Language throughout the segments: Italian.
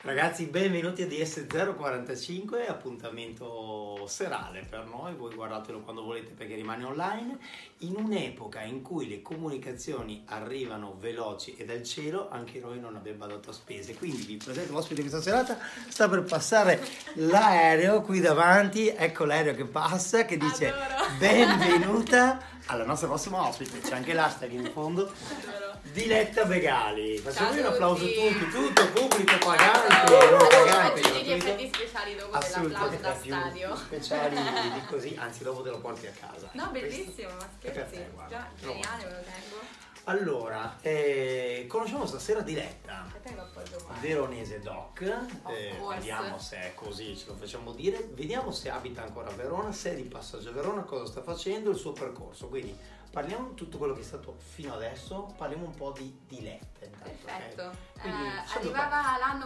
Ragazzi, benvenuti a DS045, appuntamento serale per noi, voi guardatelo quando volete perché rimane online, in un'epoca in cui le comunicazioni arrivano veloci e dal cielo, anche noi non abbiamo badato a spese, quindi vi presento l'ospite di questa serata, sta per passare l'aereo qui davanti, ecco l'aereo che passa, che dice benvenuta alla nostra prossima ospite, c'è anche l'hashtag in fondo. Diletta Begali, facciamo un applauso a tutti, tutto pubblico pagante, non pagante. Aggiungi gli effetti speciali dopo dell'applauso da stadio. Speciali di così, anzi dopo te lo porti a casa. No, bellissimo, ma scherzi. Te, Già, geniale, me lo tengo. Allora, conosciamo stasera Diletta, veronese doc, vediamo se è così, ce lo facciamo dire, vediamo se abita ancora a Verona, se è di passaggio a Verona, cosa sta facendo, il suo percorso, quindi parliamo di tutto quello che è stato fino adesso, parliamo un po' di Diletta intanto. Perfetto, okay? arrivava l'anno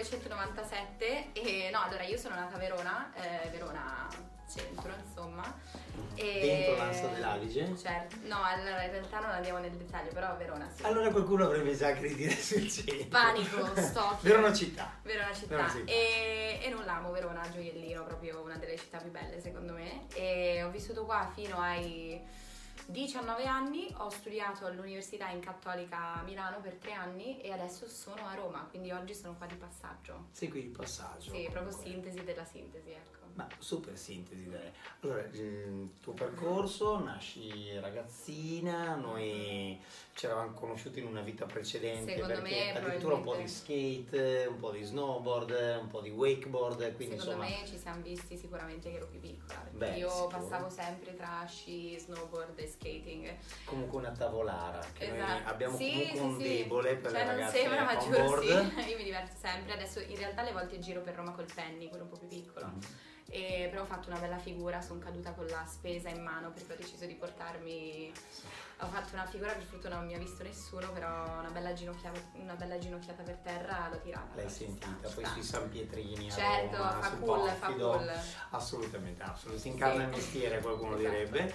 1997 e no, allora io sono nata a Verona, Verona centro insomma. Dentro l'Ansa dell'Adige? Certo, no, allora in realtà non andiamo nel dettaglio, però a Verona sì. Allora qualcuno avrebbe già che ridire sul centro. Panico, stocchio. Verona città. Verona città. E non l'amo, Verona, gioiellino, proprio una delle città più belle secondo me. E ho vissuto qua fino ai 19 anni, ho studiato all'università in Cattolica a Milano per 3 anni e adesso sono a Roma, quindi oggi sono qua di passaggio. Sei qui di passaggio. Sì, proprio sintesi della sintesi, ecco. Ma super sintesi direi. Allora, il tuo percorso, nasci ragazzina, noi ci eravamo conosciuti in una vita precedente. Secondo perché me addirittura un po' di skate, un po' di snowboard, un po' di wakeboard, quindi secondo insomma... me ci siamo visti sicuramente che ero più piccola, perché beh, io sicuro. passavo sempre tra sci, snowboard e skating. Comunque una tavolara, che esatto. Noi abbiamo sì, comunque un sì. debole per le ragazze non sembra, ma on giuro board. sì, io mi diverto sempre, adesso in realtà alle volte giro per Roma col penny, quello un po' più piccolo. Però ho fatto una bella figura, sono caduta con la spesa in mano perché ho deciso di portarmi, ho fatto una figura, per fortuna non mi ha visto nessuno, però una bella ginocchiata per terra l'ho tirata. L'hai sentita, poi sui San Pietrini certo, a Roma, fa sul cool, Porfido. fa cool. Assolutamente, si incarna il mestiere, qualcuno esatto. direbbe.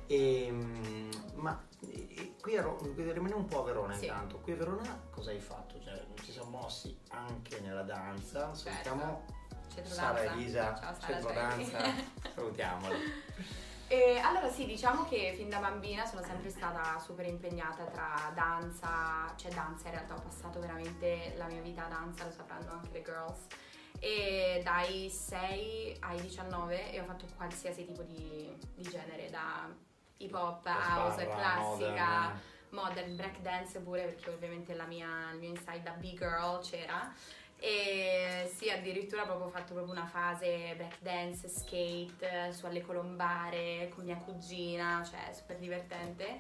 Ma qui rimaniamo un po' a Verona intanto, qui a Verona cosa hai fatto? Cioè, ci siamo mossi anche nella danza, salutiamo Sara Elisa, Centrodanza, salutiamola. Allora sì, diciamo che fin da bambina sono sempre stata super impegnata tra danza, danza in realtà ho passato veramente la mia vita a danza, lo sapranno anche le girls. E dai 6 ai 19 e ho fatto qualsiasi tipo di genere, da hip hop, house, classica, modern, break dance pure, perché ovviamente il mio inside da B-girl c'era. E sì, addirittura ho fatto proprio una fase break dance, skate, su alle colombare con mia cugina, cioè super divertente.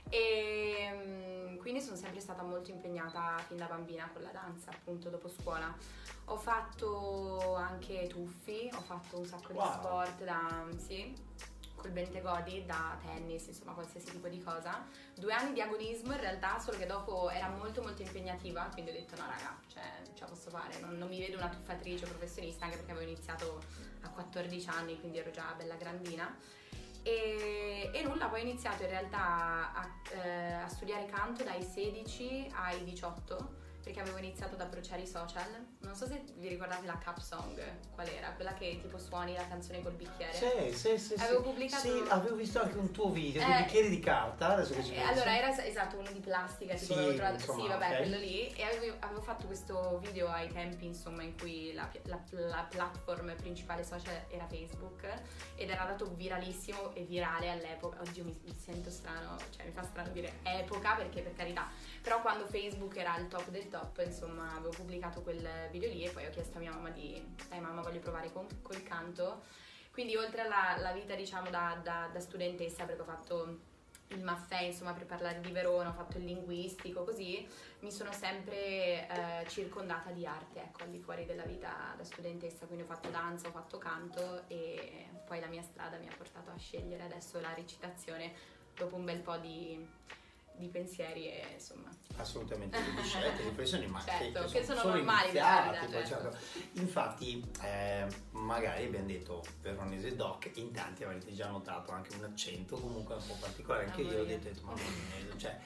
E quindi sono sempre stata molto impegnata fin da bambina con la danza, appunto dopo scuola. Ho fatto anche tuffi, ho fatto un sacco di sport col bentegodi, da tennis, insomma qualsiasi tipo di cosa. 2 anni di agonismo in realtà, solo che dopo era molto molto impegnativa, quindi ho detto no raga, cioè ce la posso fare, non mi vedo una tuffatrice professionista, anche perché avevo iniziato a 14 anni, quindi ero già bella grandina. E nulla, poi ho iniziato in realtà a studiare canto dai 16 ai 18, perché avevo iniziato ad approcciare i social. Non so se vi ricordate la Cup Song, qual era? Quella che tipo suoni la canzone col bicchiere. Sì. Avevo pubblicato... Sì, avevo visto anche un tuo video di bicchieri di carta, adesso che ci penso. Allora era esatto, uno di plastica, tipo insomma, vabbè, quello lì. E avevo fatto questo video ai tempi, insomma, in cui la platform principale social era Facebook, ed era andato viralissimo e virale all'epoca. Oddio, mi sento strano, cioè mi fa strano dire epoca, perché per carità, però quando Facebook era al top del top, insomma, avevo pubblicato quel video lì e poi ho chiesto a mia mamma dai mamma, voglio provare col canto. Quindi oltre alla vita, diciamo, da studentessa, perché ho fatto il Maffè, insomma, per parlare di Verona, ho fatto il linguistico, così mi sono sempre circondata di arte, ecco, al di fuori della vita da studentessa, quindi ho fatto danza, ho fatto canto e poi la mia strada mi ha portato a scegliere adesso la recitazione dopo un bel po' di pensieri e insomma assolutamente di scelte, riflessioni, ma certo, che sono normali iniziate, certo. Certo. Infatti magari abbiamo detto veronese doc, in tanti avrete già notato anche un accento comunque un po' particolare, anche io ho detto ma cioè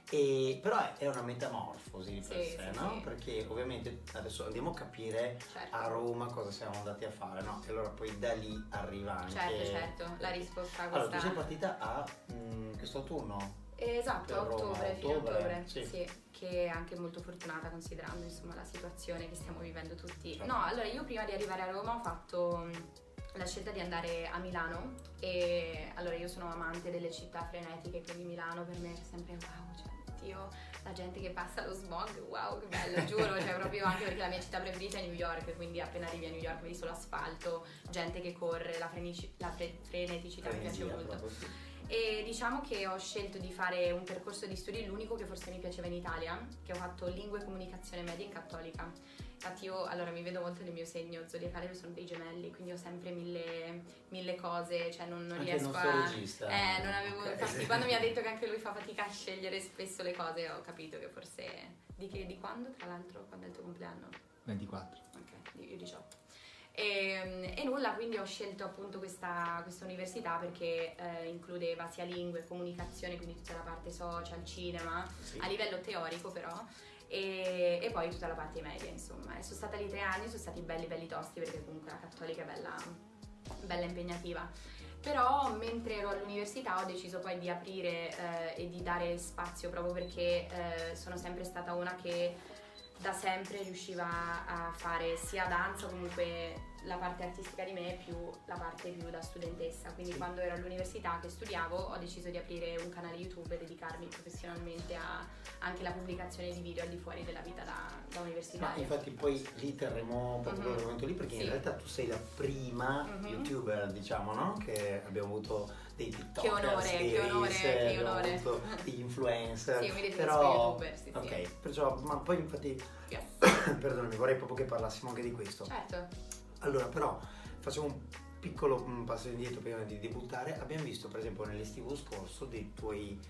Però è una metamorfosi di per sé, no? Sì. Perché ovviamente adesso andiamo a capire Certo. a Roma cosa siamo andati a fare, no? E allora poi da lì arriva anche... Certo, la risposta a Allora, questa... tu sei partita a questo autunno? Esatto, Per Roma, fine ottobre, sì. che è anche molto fortunata considerando insomma la situazione che stiamo vivendo tutti. Certo. No, allora io prima di arrivare a Roma ho fatto la scelta di andare a Milano e allora io sono amante delle città frenetiche, quindi Milano per me è sempre wow, cioè Dio, la gente che passa lo smog, wow che bello, giuro, cioè proprio anche perché la mia città preferita è New York, quindi appena arrivi a New York vedi solo asfalto, gente che corre, la freneticità mi piace molto. Proprio, sì. E diciamo che ho scelto di fare un percorso di studi, l'unico che forse mi piaceva in Italia, che ho fatto lingue e comunicazione media in Cattolica. Infatti io allora mi vedo molto nel mio segno zodiacale, io sono dei gemelli, quindi ho sempre mille cose, cioè non Anche riesco il nostro regista. non avevo, Okay. infatti quando mi ha detto che anche lui fa fatica a scegliere spesso le cose ho capito che forse di quando tra l'altro, quando è il tuo compleanno? 24. Ok, io 18. E nulla, quindi ho scelto appunto questa università perché includeva sia lingue, comunicazione, quindi tutta la parte social, cinema, Sì. a livello teorico però, e poi tutta la parte media insomma. E sono stata lì 3 anni, sono stati belli tosti perché comunque la Cattolica è bella impegnativa. Però mentre ero all'università ho deciso poi di aprire e di dare spazio proprio perché sono sempre stata una che da sempre riusciva a fare sia danza, comunque la parte artistica di me più la parte più da studentessa, quindi Sì. quando ero all'università che studiavo ho deciso di aprire un canale YouTube e dedicarmi professionalmente a anche la pubblicazione di video al di fuori della vita da Ma universitaria. infatti poi lì terremo proprio quell'argomento lì perché Sì. in realtà tu sei la prima youtuber, diciamo, no? Che abbiamo avuto dei TikTokers, Che onore. abbiamo avuto degli influencer. Sì, io mi definisco però youtuber, sì. ok, perciò, ma poi infatti Yes. perdonami, vorrei proprio che parlassimo anche di questo. Certo. Allora, però facciamo un piccolo passo indietro prima di debuttare. Abbiamo visto per esempio nell'estivo scorso dei tuoi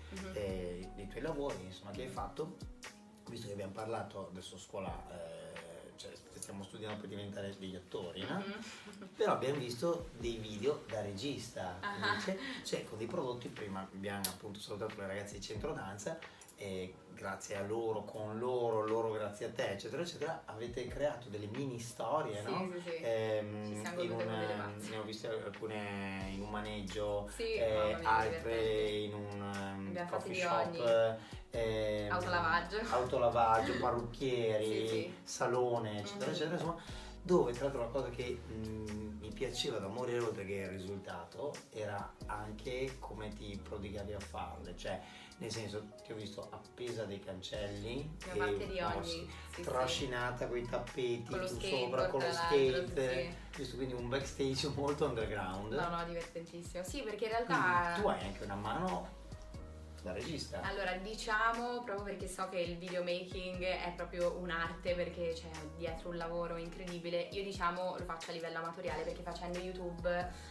lavori, insomma, che hai fatto, visto che abbiamo parlato adesso a scuola, cioè stiamo studiando per diventare degli attori, no? Però abbiamo visto dei video da regista, invece, cioè con dei prodotti. Prima abbiamo appunto salutato le ragazze di Centrodanza e grazie a loro, con loro grazie a te, eccetera eccetera, avete creato delle mini storie, Sì, no? sì. Ci siamo godute come delle pazze. Ne ho viste alcune in un maneggio, Sì, mamma mia, altre divertente. in un Abbiamo coffee fatti di shop, autolavaggio, parrucchieri, Sì. salone, eccetera eccetera, insomma, dove tra l'altro la cosa che mi piaceva da morire oltre che il risultato era anche come ti prodigavi a farle, cioè nel senso ti ho visto appesa dei cancelli Ne ho fatte di ogni, sì, trascinata con i tappeti con lo tu skateboard, sopra con lo tra l'altro, skate, giusto, quindi un backstage molto underground. No, divertentissimo. Sì, perché in realtà Quindi tu hai anche una mano da regista. allora diciamo, proprio perché so che il videomaking è proprio un'arte, perché c'è dietro un lavoro incredibile, io diciamo lo faccio a livello amatoriale perché facendo YouTube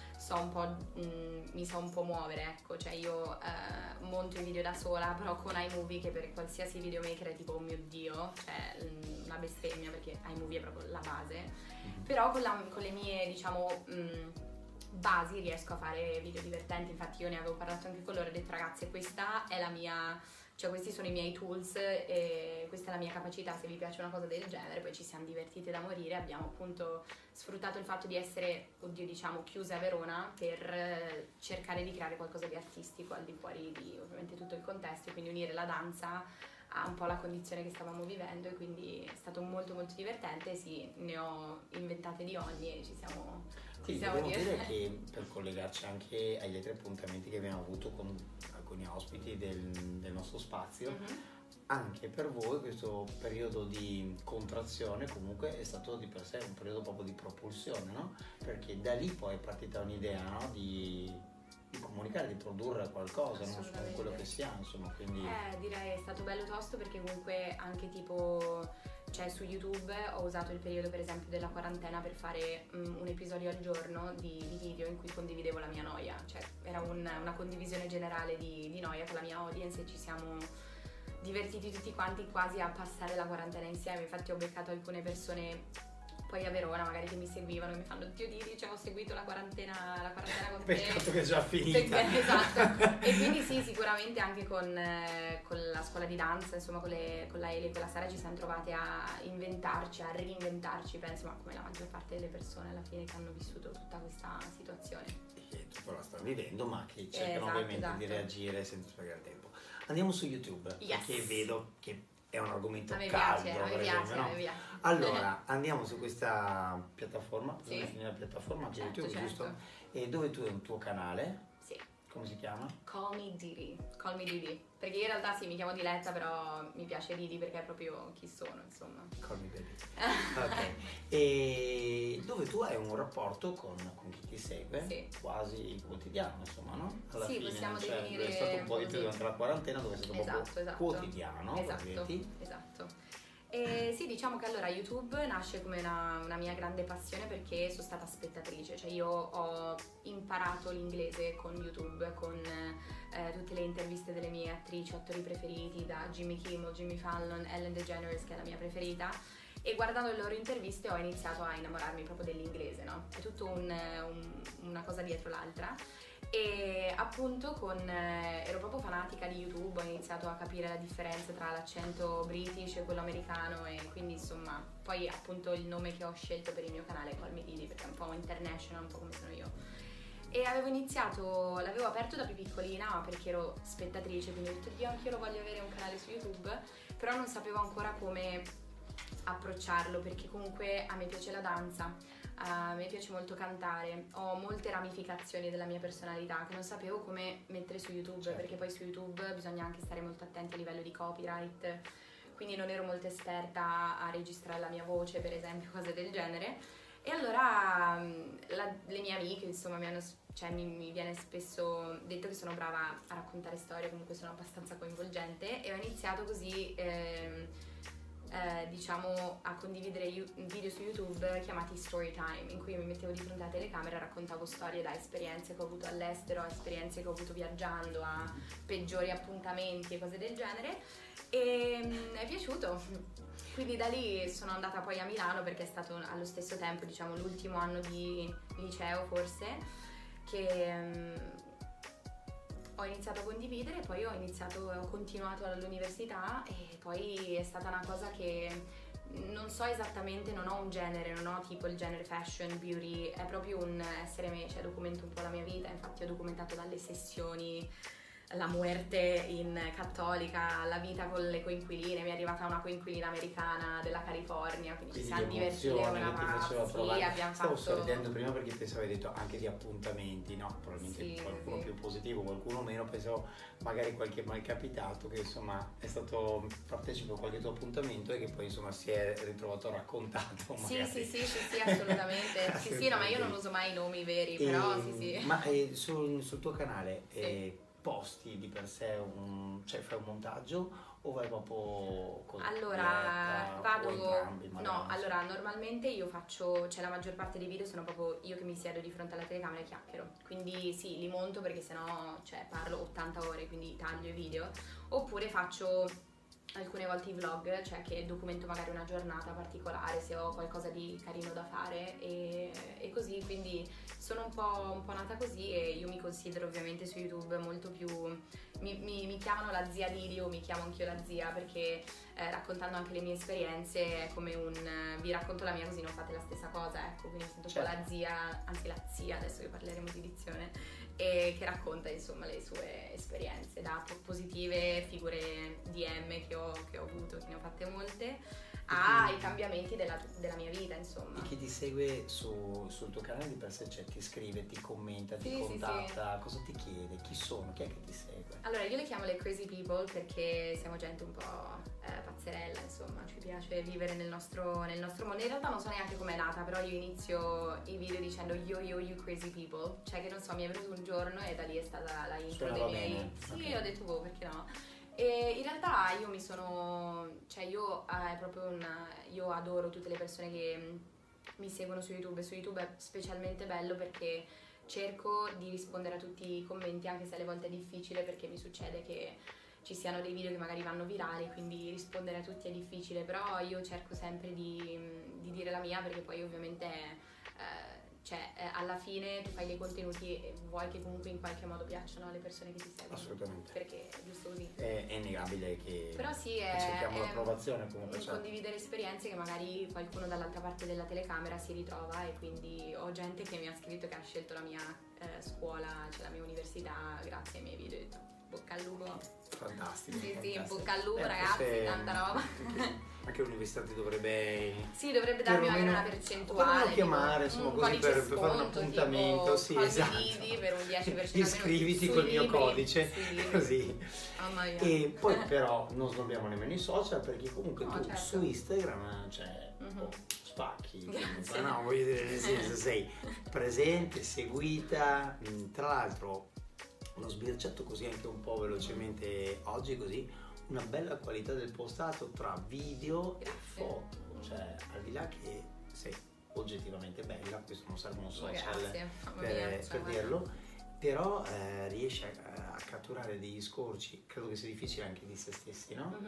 mi so un po' muovere, ecco, cioè io monto i video da sola, però con iMovie, che per qualsiasi videomaker è tipo oh mio dio, cioè una bestemmia, perché iMovie è proprio la base, però con le mie diciamo basi riesco a fare video divertenti. Infatti io ne avevo parlato anche con loro, ho detto ragazze questa è la mia, cioè questi sono i miei tools e questa è la mia capacità, se vi piace una cosa del genere. Poi ci siamo divertite da morire, abbiamo appunto sfruttato il fatto di essere, diciamo chiuse a Verona per cercare di creare qualcosa di artistico al di fuori di ovviamente tutto il contesto, e quindi unire la danza a un po' la condizione che stavamo vivendo, e quindi è stato molto divertente. Sì, ne ho inventate di ogni e ci siamo dobbiamo dire che per collegarci anche agli altri appuntamenti che abbiamo avuto con alcuni ospiti del nostro spazio, anche per voi questo periodo di contrazione comunque è stato di per sé un periodo proprio di propulsione, no? Perché da lì poi è partita un'idea, no? Di comunicare, di produrre qualcosa, non so, quello che sia, insomma, quindi direi è stato bello tosto, perché comunque anche tipo cioè su YouTube ho usato il periodo per esempio della quarantena per fare un episodio al giorno di video in cui condividevo la mia noia, cioè era una condivisione generale di noia con la mia audience, e ci siamo divertiti tutti quanti quasi a passare la quarantena insieme. Infatti ho beccato alcune persone poi a Verona magari che mi seguivano e mi fanno Dio Didi, cioè ho seguito la quarantena con te. Peccato che è già finita. Esatto. E quindi sì, sicuramente anche con la scuola di danza, insomma con la Eli e con la Sara ci siamo trovate a inventarci, a reinventarci, penso, ma come la maggior parte delle persone alla fine che hanno vissuto tutta questa situazione. Che tutto la stanno vivendo, ma che cercano ovviamente esatto. di reagire senza sprecare tempo. Andiamo su YouTube, perché vedo che è un argomento caldo. A me piace. Allora, andiamo su questa piattaforma, bisogna Sì. finire la piattaforma, che è Certo, YouTube, certo. giusto? E dove tu hai un tuo canale, Sì. come si chiama? Call me Didi, perché in realtà sì, mi chiamo Diletta, però mi piace Didi perché è proprio chi sono, insomma. Call me baby. Ok. E dove tu hai un rapporto con chi ti segue, Sì. quasi quotidiano, insomma, no? Alla Sì, fine, possiamo cioè, definire è stato un po' di più così. durante la quarantena, dove è stato proprio Esatto. quotidiano. Esatto. E sì, diciamo che allora YouTube nasce come una mia grande passione perché sono stata spettatrice, cioè io ho imparato l'inglese con YouTube, con tutte le interviste delle mie attori preferiti, da Jimmy Kimmel, Jimmy Fallon, Ellen DeGeneres, che è la mia preferita, e guardando le loro interviste ho iniziato a innamorarmi proprio dell'inglese, no? È tutto una cosa dietro l'altra. E appunto ero proprio fanatica di YouTube, ho iniziato a capire la differenza tra l'accento british e quello americano, e quindi insomma poi appunto il nome che ho scelto per il mio canale è Call Me Didi, perché è un po' international, un po' come sono io. E l'avevo aperto da più piccolina perché ero spettatrice, quindi ho detto Dio, anch'io lo voglio avere un canale su YouTube, però non sapevo ancora come approcciarlo, perché comunque a me piace la danza, a me piace molto cantare, ho molte ramificazioni della mia personalità che non sapevo come mettere su YouTube, certo. Perché poi su YouTube bisogna anche stare molto attenti a livello di copyright, quindi non ero molto esperta a registrare la mia voce, per esempio, cose del genere. E allora le mie amiche, insomma, mi viene spesso detto che sono brava a raccontare storie, comunque sono abbastanza coinvolgente, e ho iniziato così diciamo a condividere video su YouTube chiamati story time, in cui mi mettevo di fronte alla telecamera e raccontavo storie da esperienze che ho avuto all'estero, a esperienze che ho avuto viaggiando, a peggiori appuntamenti e cose del genere, e è piaciuto. Quindi da lì sono andata poi a Milano, perché è stato allo stesso tempo, diciamo, l'ultimo anno di liceo forse, che ho iniziato a condividere, poi ho continuato all'università, e poi è stata una cosa che non so esattamente, non ho un genere, non ho tipo il genere fashion, beauty, è proprio un essere me, cioè documento un po' la mia vita, infatti ho documentato dalle sessioni, la muerte in cattolica, la vita con le coinquiline, mi è arrivata una coinquilina americana della California, quindi ci siamo divertite una sì, abbiamo Stavo fatto... sorridendo prima perché pensavo, hai detto anche di appuntamenti, no? Probabilmente Sì, qualcuno sì. più positivo, qualcuno meno, pensavo magari qualche malcapitato che insomma è stato partecipe a qualche tuo appuntamento e che poi insomma si è ritrovato raccontato. Sì, assolutamente. Sì, no, ma io non uso mai i nomi veri, però sì. Ma sul tuo canale Sì. posti di per sé cioè fai un montaggio o vai proprio con Allora, diretta, o entrambi magari? no, allora normalmente io faccio, cioè la maggior parte dei video sono proprio io che mi siedo di fronte alla telecamera e chiacchiero, quindi sì, li monto perché sennò, cioè, parlo 80 ore, quindi taglio i video, oppure faccio alcune volte i vlog, cioè che documento magari una giornata particolare, se ho qualcosa di carino da fare, e così, quindi sono un po' nata così, e io mi considero ovviamente su YouTube molto più, mi chiamano la zia Didi, o mi chiamo anch'io la zia, perché raccontando anche le mie esperienze è come vi racconto la mia così non fate la stessa cosa, ecco, quindi sono un po' la zia, anzi la zia, adesso che parleremo di dizione, e che racconta insomma le sue esperienze, da positive, figure DM che ho avuto, che ne ho fatte molte, ai cambiamenti della mia vita, insomma. E chi ti segue sul tuo canale di per sé, cioè ti scrive, ti commenta, ti Sì, contatta, sì. Cosa ti chiede, chi sono, chi è che ti segue? Allora, io le chiamo le crazy people perché siamo gente un po' pazzerella, insomma, ci piace vivere nel nostro mondo. In realtà non so neanche com'è nata, però io inizio i video dicendo yo you crazy people, cioè che non so, mi è venuto un giorno e da lì è stata la intro dei miei... Bene. Sì, Okay. ho detto perché no? E in realtà io adoro tutte le persone che mi seguono su YouTube, e su YouTube è specialmente bello perché cerco di rispondere a tutti i commenti, anche se alle volte è difficile, perché mi succede che ci siano dei video che magari vanno virali, quindi rispondere a tutti è difficile, però io cerco sempre di dire la mia, perché poi ovviamente alla fine tu fai dei contenuti e vuoi che comunque in qualche modo piacciono alle persone che ti seguono. Assolutamente. Perché è giusto così. È innegabile che, però sì, che cerchiamo l'approvazione comunque. Condividere esperienze che magari qualcuno dall'altra parte della telecamera si ritrova, e quindi ho gente che mi ha scritto che ha scelto la mia scuola, cioè la mia università, grazie ai miei video. Ho detto, bocca al lupo. Fantastico. Sì, fantastico. Bocca al lupo, ragazzi, tanta roba. Anche l'università ti dovrebbe... Sì, dovrebbe darmi magari una percentuale. Potremmo chiamare, insomma, così per fare un appuntamento. Tipo, sì, esatto. Per un 10% Iscriviti col mio codice, sì. così. Mamma mia. E poi però non snobbiamo nemmeno i social, perché comunque tu certo. su Instagram, cioè, spacchi. Comunque, no, voglio dire, nel senso, sei presente, seguita. Tra l'altro, uno sbirciato così anche un po' velocemente oggi, così, una bella qualità del postato tra video e foto, cioè al di là che sei oggettivamente bella, questo non servono social per dirlo, però riesci a catturare degli scorci, credo che sia difficile anche di se stessi, no?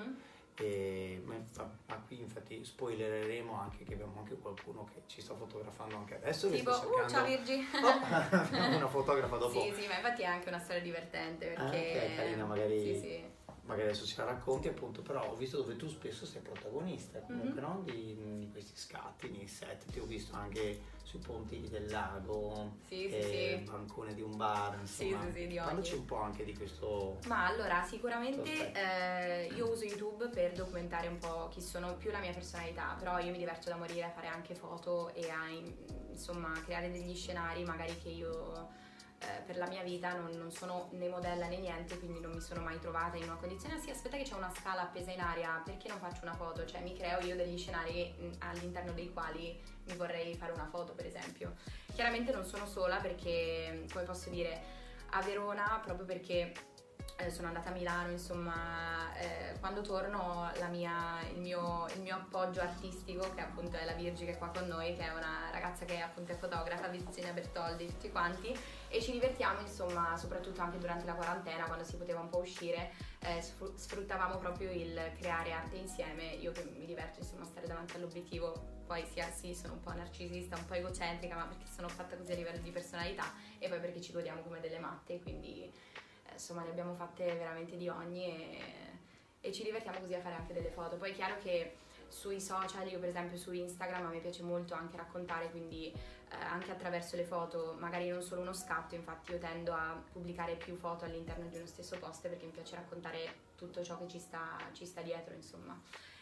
Ma qui infatti spoilereremo anche che abbiamo anche qualcuno che ci sta fotografando anche adesso, tipo, ciao Virgi. Abbiamo una fotografa dopo. Sì, ma infatti è anche una storia divertente, perché è carina, magari sì. Magari adesso ce la racconti, appunto, però ho visto dove tu spesso sei protagonista comunque, no? Di questi scatti, nei set, ti ho visto anche sui ponti del lago, bancone di un bar, insomma. Di Parlaci un po' anche di questo. Ma allora, sicuramente io uso YouTube per documentare un po' chi sono, più la mia personalità, però io mi diverto da morire a fare anche foto e a insomma creare degli scenari magari che io per la mia vita non sono né modella né niente, quindi non mi sono mai trovata in una condizione sì, aspetta che c'è una scala appesa in aria, perché non faccio una foto? Cioè mi creo io degli scenari all'interno dei quali mi vorrei fare una foto, per esempio. Chiaramente non sono sola, perché come posso dire, a Verona, proprio perché sono andata a Milano, insomma, quando torno il mio appoggio artistico, che appunto è la Virgi che è qua con noi, che è una ragazza che appunto è fotografa, Virginia Bertoldi, tutti quanti, e ci divertiamo, insomma, soprattutto anche durante la quarantena, quando si poteva un po' uscire, sfruttavamo proprio il creare arte insieme. Io che mi diverto, insomma, a stare davanti all'obiettivo, poi sì, sono un po' narcisista, un po' egocentrica, ma perché sono fatta così a livello di personalità, e poi perché ci godiamo come delle matte, quindi insomma ne abbiamo fatte veramente di ogni, e ci divertiamo così a fare anche delle foto. Poi è chiaro che sui social, io per esempio su Instagram, a me piace molto anche raccontare, quindi anche attraverso le foto, magari non solo uno scatto, infatti io tendo a pubblicare più foto all'interno di uno stesso post, perché mi piace raccontare tutto ciò che ci sta dietro, insomma.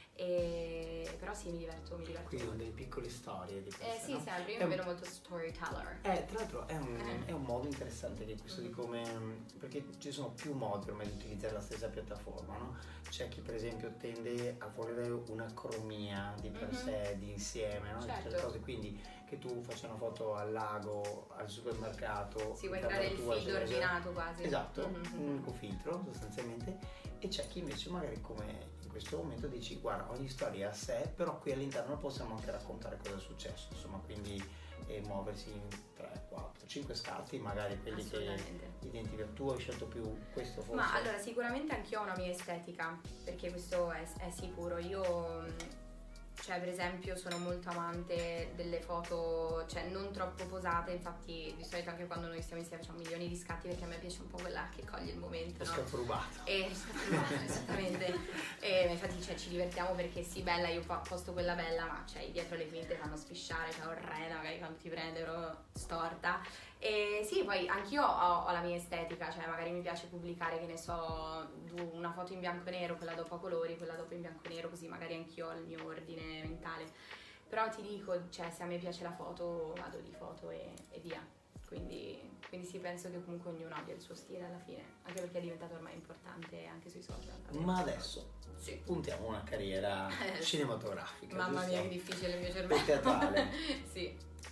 Però sì, mi diverto Quindi sono delle piccole storie di queste, sì, no? sempre, io mi vedo molto storyteller. Tra l'altro è un modo interessante che questo di come, perché ci sono più modi ormai di utilizzare la stessa piattaforma, no? C'è chi per esempio tende a volere un'acromia di per sé, di insieme, no? Certo. Certe cose, quindi che tu faccia una foto al lago, al supermercato, si vuoi creare il feed ordinato quasi. Esatto, un unico filtro sostanzialmente. E c'è chi invece magari, come in questo momento, dici guarda, ogni storia a sé, però qui all'interno possiamo anche raccontare cosa è successo, insomma, quindi muoversi in 3, 4, 5 scatti, magari quelli che identifica. Tu hai scelto più questo forse? Ma allora, sicuramente anch'io ho una mia estetica, perché questo è sicuro. Io cioè per esempio sono molto amante delle foto, cioè non troppo posate, infatti di solito anche quando noi stiamo insieme facciamo milioni di scatti, perché a me piace un po' quella che coglie il momento, no? Scatto rubato. Esattamente. E infatti ci divertiamo, perché sì, bella, io posto quella bella, ma cioè dietro le quinte fanno sfisciare, cioè orrenda, magari quando ti prende proprio storta. E sì, poi anch'io ho la mia estetica, cioè magari mi piace pubblicare, che ne so, una foto in bianco e nero, quella dopo a colori, quella dopo in bianco e nero, così magari anch'io ho il mio ordine mentale. Però ti dico, cioè se a me piace la foto, vado di foto e via. Quindi sì, penso che comunque ognuno abbia il suo stile alla fine, anche perché è diventato ormai importante anche sui social. Ma adesso puntiamo una carriera cinematografica. Mamma mia, che difficile il mio cervello. Teatrale. Sì.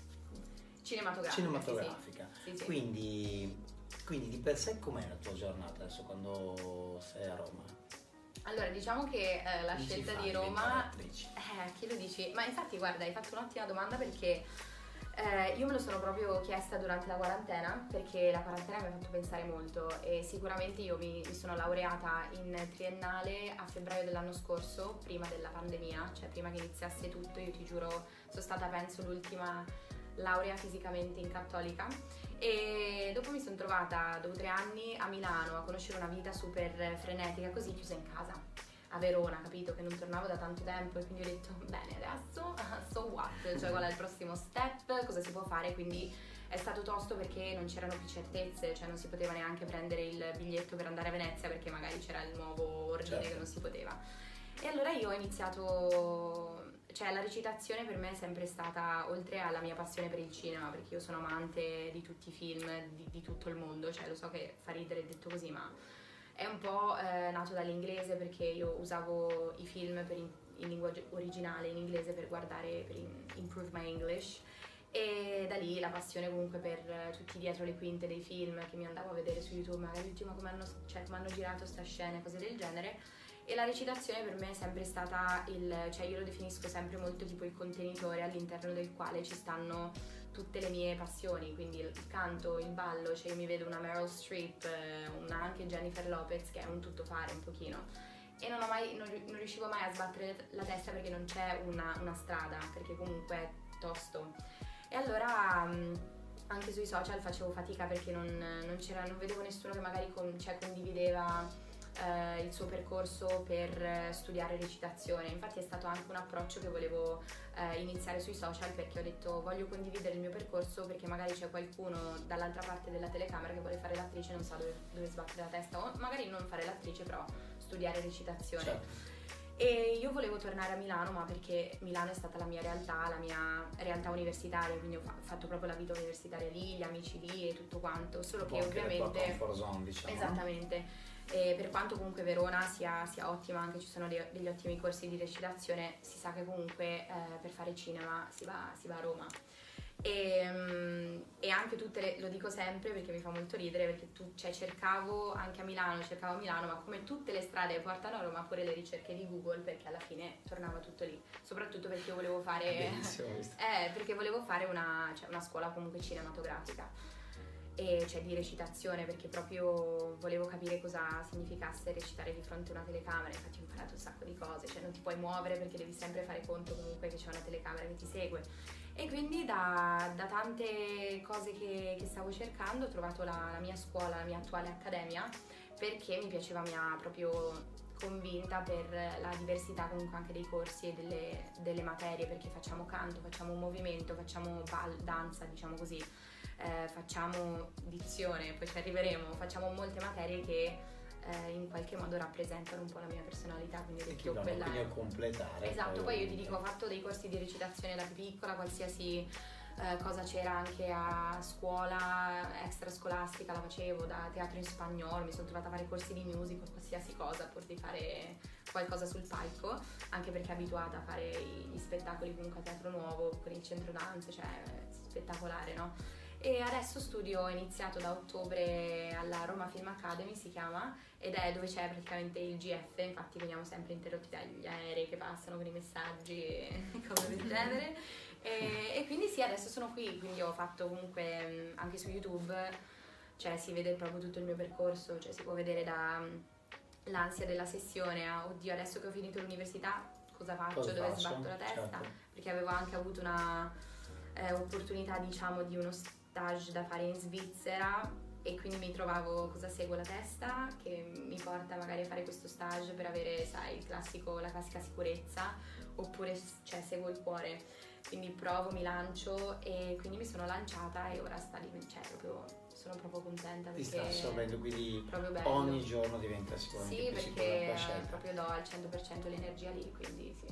Cinematografica. Sì. Quindi di per sé com'è la tua giornata adesso quando sei a Roma? Allora, diciamo che la scelta di Roma, chi lo dici? Ma infatti guarda, hai fatto un'ottima domanda, perché Io me lo sono proprio chiesta durante la quarantena, perché la quarantena mi ha fatto pensare molto e sicuramente io mi sono laureata in triennale a febbraio dell'anno scorso, prima della pandemia, cioè prima che iniziasse tutto. Io ti giuro, sono stata penso l'ultima laurea fisicamente in Cattolica, e dopo mi sono trovata dopo 3 anni a Milano a conoscere una vita super frenetica, così chiusa in casa a Verona, capito che non tornavo da tanto tempo, e quindi ho detto bene, adesso so what, cioè qual è il prossimo step, cosa si può fare. Quindi è stato tosto perché non c'erano più certezze, cioè non si poteva neanche prendere il biglietto per andare a Venezia perché magari c'era il nuovo ordine, certo, che non si poteva. E allora io ho iniziato, cioè la recitazione per me è sempre stata, oltre alla mia passione per il cinema, perché io sono amante di tutti i film di tutto il mondo, cioè lo so che fa ridere detto così, ma è un po' nato dall'inglese, perché io usavo i film in lingua originale in inglese per guardare, per improve my English, e da lì la passione comunque per tutti dietro le quinte dei film che mi andavo a vedere su YouTube, magari ma come hanno girato sta scena, cose del genere. E la recitazione per me è sempre stata cioè io lo definisco sempre molto tipo il contenitore all'interno del quale ci stanno tutte le mie passioni, quindi il canto, il ballo, cioè io mi vedo una Meryl Streep, anche Jennifer Lopez, che è un tuttofare un pochino, e non riuscivo mai a sbattere la testa perché non c'è una strada, perché comunque è tosto. E allora anche sui social facevo fatica perché non vedevo nessuno che magari condivideva il suo percorso per studiare recitazione. Infatti è stato anche un approccio che volevo iniziare sui social, perché ho detto voglio condividere il mio percorso, perché magari c'è qualcuno dall'altra parte della telecamera che vuole fare l'attrice e non sa dove sbattere la testa, o magari non fare l'attrice però studiare recitazione. Certo. E io volevo tornare a Milano, ma perché Milano è stata la mia realtà universitaria, quindi ho fatto proprio la vita universitaria lì, gli amici lì e tutto quanto, solo che ovviamente la tua comfort zone, diciamo. Esattamente. E per quanto comunque Verona sia ottima, anche ci sono degli ottimi corsi di recitazione, si sa che comunque per fare cinema si va a Roma. E anche lo dico sempre perché mi fa molto ridere, perché cercavo anche a Milano, ma come tutte le strade portano a Roma, pure le ricerche di Google, perché alla fine tornava tutto lì, soprattutto perché io volevo fare perché volevo fare una scuola comunque cinematografica, e cioè di recitazione, perché proprio volevo capire cosa significasse recitare di fronte a una telecamera. Infatti ho imparato un sacco di cose, cioè non ti puoi muovere perché devi sempre fare conto comunque che c'è una telecamera che ti segue. E quindi da tante cose che stavo cercando ho trovato la mia scuola, la mia attuale accademia, perché mi piaceva, mi ha proprio convinta per la diversità comunque anche dei corsi e delle materie, perché facciamo canto, facciamo movimento, facciamo danza, diciamo così, facciamo dizione, poi ci arriveremo, facciamo molte materie che in qualche modo rappresentano un po' la mia personalità, quindi che vanno a completare. Esatto, poi io ti dico, ho fatto dei corsi di recitazione da più piccola, qualsiasi cosa c'era anche a scuola extrascolastica la facevo, da teatro in spagnolo, mi sono trovata a fare corsi di musical, qualsiasi cosa pur di fare qualcosa sul palco, anche perché abituata a fare gli spettacoli comunque a Teatro Nuovo con il centro danze, cioè spettacolare, no? E adesso ho iniziato da ottobre alla Roma Film Academy, si chiama, ed è dove c'è praticamente il GF, infatti veniamo sempre interrotti dagli aerei che passano con i messaggi e cose del genere. E quindi sì, adesso sono qui, quindi ho fatto comunque anche su YouTube, cioè si vede proprio tutto il mio percorso, cioè si può vedere da l'ansia della sessione a oddio adesso che ho finito l'università cosa faccio, dove sbatto la testa, certo. Perché avevo anche avuto una opportunità, diciamo, di uno stage da fare in Svizzera, e quindi mi trovavo cosa seguo la testa che mi porta magari a fare questo stage per avere, sai, la classica sicurezza, oppure cioè seguo il cuore, quindi provo, mi lancio, e quindi mi sono lanciata e ora sta sono proprio contenta perché ti sta assorbendo, quindi ogni giorno diventa sicuramente sì, più sicura la tua perché scelta. Proprio do al 100% l'energia lì, quindi sì.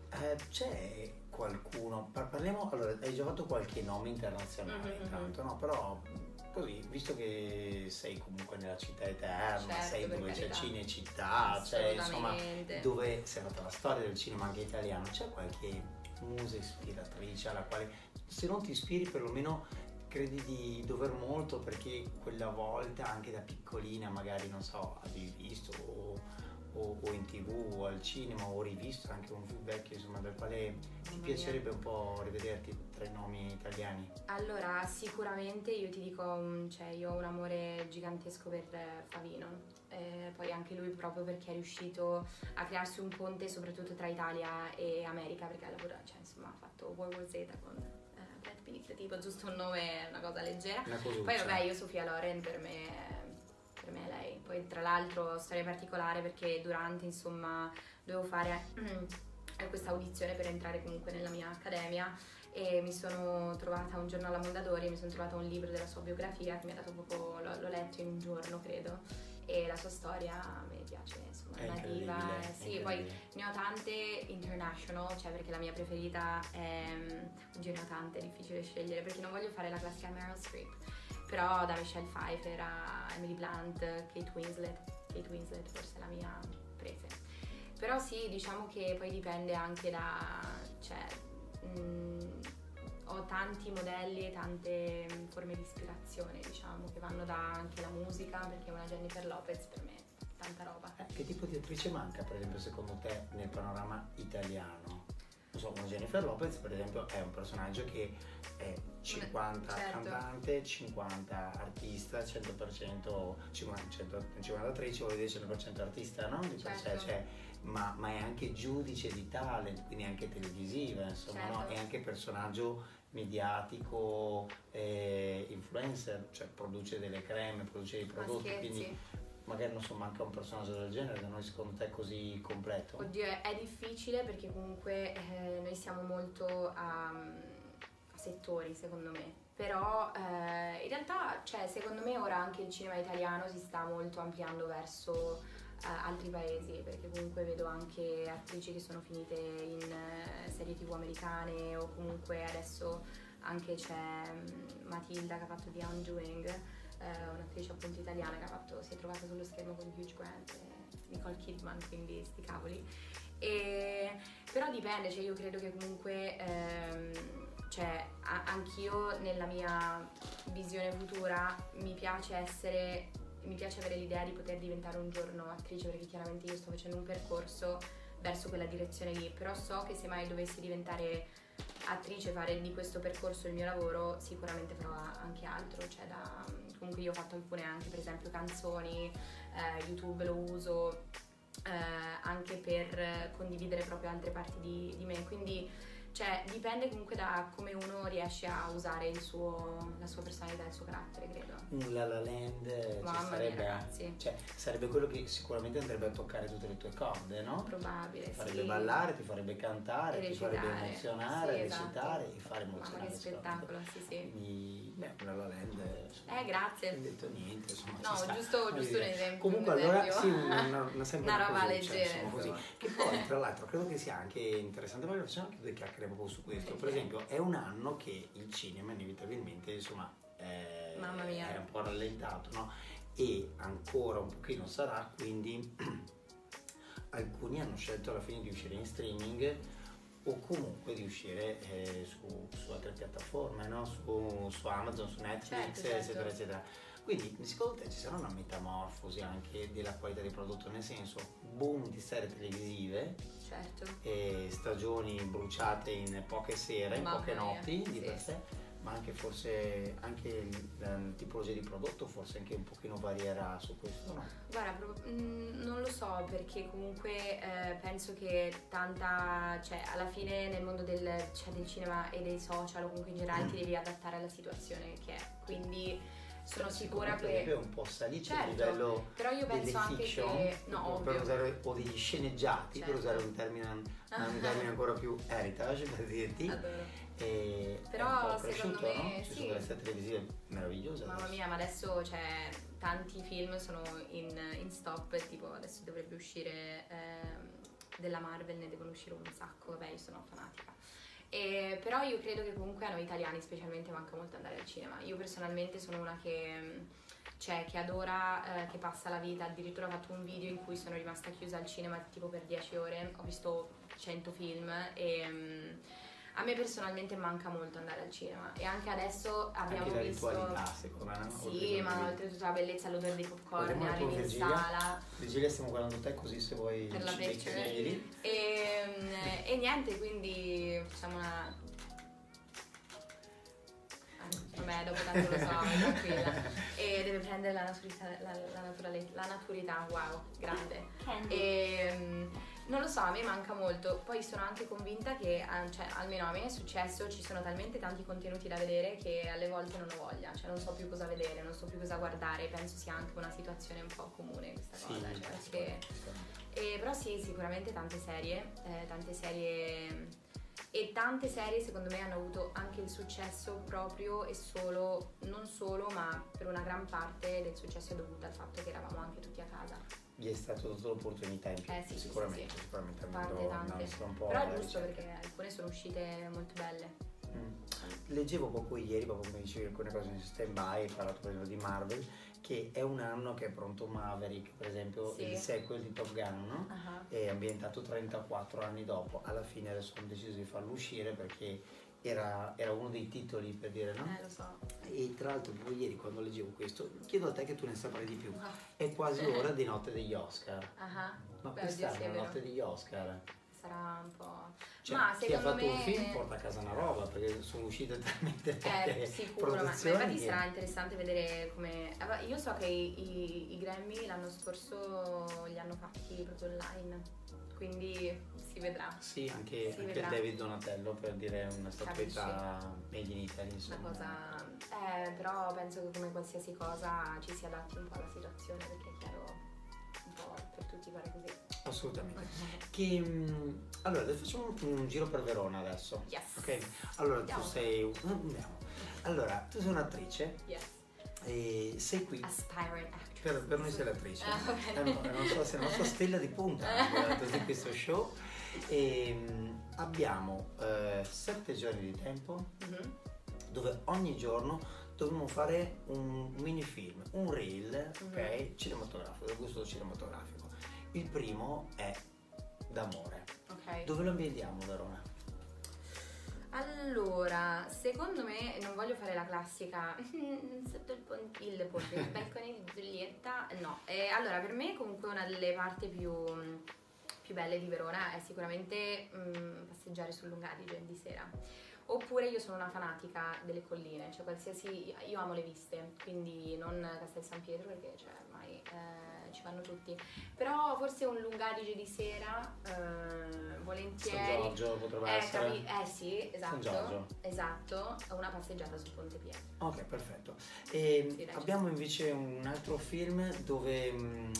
C'è qualcuno, parliamo, allora hai già fatto qualche nome internazionale intanto, no? Però così, visto che sei comunque nella città eterna, certo, sei dove c'è Cinecittà, cioè insomma dove sei fatta la storia del cinema anche italiano, c'è qualche musa ispiratrice alla quale, se non ti ispiri, perlomeno credi di dover molto, perché quella volta anche da piccolina magari, non so, avevi visto o o in TV o al cinema o rivisto anche un film vecchio, insomma, del quale ti piacerebbe un po' rivederti tra i nomi italiani? Allora, sicuramente io ti dico, cioè io ho un amore gigantesco per Favino, poi anche lui proprio perché è riuscito a crearsi un ponte soprattutto tra Italia e America, perché ha lavorato, cioè insomma ha fatto World War Z con Brad Pitt, tipo giusto un nome, una cosa leggera. Poi vabbè, io Sofia Loren per me è lei. Poi tra l'altro storia particolare perché durante insomma dovevo fare questa audizione per entrare comunque nella mia accademia e mi sono trovata un giorno alla Mondadori, mi sono trovata un libro della sua biografia che mi ha dato proprio, l'ho letto in un giorno credo, e la sua storia mi piace, insomma, è una diva, sì, poi ne ho tante international, cioè perché la mia preferita è, oddio ne ho tante, è difficile scegliere perché non voglio fare la classica Meryl Streep, però da Michelle Pfeiffer a Emily Blunt, Kate Winslet forse è la mia prefe. Però sì, diciamo che poi dipende anche da, cioè, ho tanti modelli e tante forme di ispirazione, diciamo, che vanno da anche la musica, perché una Jennifer Lopez per me è tanta roba. Che tipo di attrice manca, per esempio, secondo te nel panorama italiano? Non so, come Jennifer Lopez, per esempio, è un personaggio che è 50 cantante, 50 artista, 100%, 50 attrice, vuol dire 100% artista, no? Di per sé, cioè, ma è anche giudice di talent, quindi anche televisiva, insomma, no? È anche personaggio mediatico, influencer, cioè produce delle creme, produce dei prodotti, quindi magari non so, manca un personaggio del genere da noi, secondo te, così completo? Oddio, è difficile perché comunque noi siamo molto a settori, secondo me, però in realtà, cioè, secondo me ora anche il cinema italiano si sta molto ampliando verso altri paesi, perché comunque vedo anche attrici che sono finite in serie TV americane, o comunque adesso anche c'è Matilda che ha fatto The Undoing, un'attrice appunto italiana che si è trovata sullo schermo con Hugh Grant e Nicole Kidman, quindi sti cavoli. Però dipende, cioè io credo che comunque cioè anch'io nella mia visione futura mi piace avere l'idea di poter diventare un giorno attrice, perché chiaramente io sto facendo un percorso verso quella direzione lì, però so che se mai dovessi diventare attrice, fare di questo percorso il mio lavoro, sicuramente farò anche altro, cioè comunque io ho fatto alcune anche per esempio canzoni, YouTube lo uso anche per condividere proprio altre parti di me, quindi cioè dipende comunque da come uno riesce a usare la sua personalità e il suo carattere, credo. Un La La Land sarebbe quello che sicuramente andrebbe a toccare tutte le tue corde, no? Probabile, ti farebbe ballare, ti farebbe cantare, ti farebbe emozionare, recitare e fare emozionare. Ma che spettacolo, sì. Quindi, La La Land, grazie. Non ho detto niente, insomma. No, giusto un esempio. Comunque allora sì, una roba leggera. Così. Che poi tra l'altro credo che sia anche interessante perché facciamo anche due chiacchiere proprio su questo. Per esempio è un anno che il cinema inevitabilmente insomma Mamma mia, è un po' rallentato, no? E ancora un pochino sarà, quindi alcuni hanno scelto alla fine di uscire in streaming o comunque di uscire su altre piattaforme, no? Su Amazon, su Netflix, certo. eccetera eccetera. Quindi secondo te ci sarà una metamorfosi anche della qualità di prodotto, nel senso boom di serie televisive, e stagioni bruciate in poche sere, in poche notti di per sé, ma anche forse anche la tipologia di prodotto forse anche un pochino varierà su questo, no? Guarda, non lo so, perché comunque penso che cioè alla fine nel mondo del cinema e dei social o comunque in generale ti devi adattare alla situazione che è, quindi sono sicura che un po' salire a livello, però io penso anche fiction, che per usare, o degli sceneggiati, per usare un termine ancora più heritage, per dirti. Però è un po' cresciuto, secondo me no? Ci sono delle serie televisive meravigliose. Mamma mia, ma adesso tanti film sono in stop, tipo adesso dovrebbe uscire della Marvel, ne devono uscire un sacco, vabbè io sono fanatica. Però io credo che comunque a noi italiani specialmente manca molto andare al cinema. Io personalmente sono una che adora, che passa la vita, addirittura ho fatto un video in cui sono rimasta chiusa al cinema tipo per 10 ore, ho visto 100 film e A me personalmente manca molto andare al cinema e anche adesso abbiamo anche la visto... ritualità, secondo me, no? Sì, ma oltretutto la bellezza, l'odore dei popcorn, arrivi in sala. Virgilia, stiamo guardando te così se vuoi Per la ci picture. lì. E niente, quindi facciamo una... Vabbè, dopo tanto lo so, vai tranquilla. E deve prendere la naturità, wow, grande. Non lo so, a me manca molto. Poi sono anche convinta che, cioè, almeno a me è successo, ci sono talmente tanti contenuti da vedere che alle volte non ho voglia, cioè non so più cosa vedere, non so più cosa guardare. Penso sia anche una situazione un po' comune questa cosa, cioè perché... però sì, sicuramente tante serie e tante serie secondo me hanno avuto anche il successo proprio e solo, non solo, ma per una gran parte del successo è dovuto al fatto che eravamo anche tutti a casa. Gli è stato dato l'opportunità in più, Sì, sicuramente, sì. sicuramente Tante. un po'. Però è giusto perché alcune sono uscite molto belle. Leggevo proprio ieri, proprio come dicevi, alcune cose in stand by, hai parlato per esempio di Marvel, che è un anno che è pronto Maverick, per esempio, Sì. il sequel di Top Gun, no? È ambientato 34 anni dopo. Alla fine adesso hanno deciso di farlo uscire perché era uno dei titoli, per dire, no? Lo so. E tra l'altro proprio ieri quando leggevo questo, chiedo a te che tu ne saprai di più, è quasi ora di notte degli Oscar. Ma quest'anno è la notte degli Oscar. Sarà un po'... Cioè, ma chi ha secondo fatto me... un film porta a casa una roba, perché sono uscite talmente poche sicuro, ma produzioni. infatti sarà interessante vedere come... Io so che i Grammy l'anno scorso li hanno fatti proprio online, quindi si vedrà. Sì, anche vedrà. David Donatello, per dire una statuetta made in Italy, insomma. Una cosa... però penso che come qualsiasi cosa ci si adatti un po' alla situazione, perché è chiaro, un po' per tutti fare così. Assolutamente. Allora, adesso facciamo un giro per Verona adesso. Yes. Ok? Allora, Andiamo. Andiamo. Allora, tu sei un'attrice. Yes. E sei qui. Aspiring actress. Per noi sei l'attrice. Okay. Non so se è la nostra stella di punta di questo show. Abbiamo 7 giorni di tempo dove ogni giorno dobbiamo fare un mini film, un reel, ok? Cinematografico, del gusto cinematografico. Il primo è d'amore. Ok. Dove lo ambientiamo, Verona? Allora, secondo me, non voglio fare la classica sotto il balcone di Giulietta, no. Allora, per me comunque una delle parti più belle di Verona è sicuramente passeggiare sul Lunga Adige di sera. Oppure io sono una fanatica delle colline, cioè qualsiasi... Io amo le viste, quindi non Castel San Pietro perché cioè ormai ci vanno tutti. Però forse un Lunga Adige di sera, volentieri... San Giorgio potrebbe essere? Sì, esatto. San Giorgio. Esatto, una passeggiata sul Ponte Pia. Ok, perfetto. Sì, Abbiamo invece un altro film dove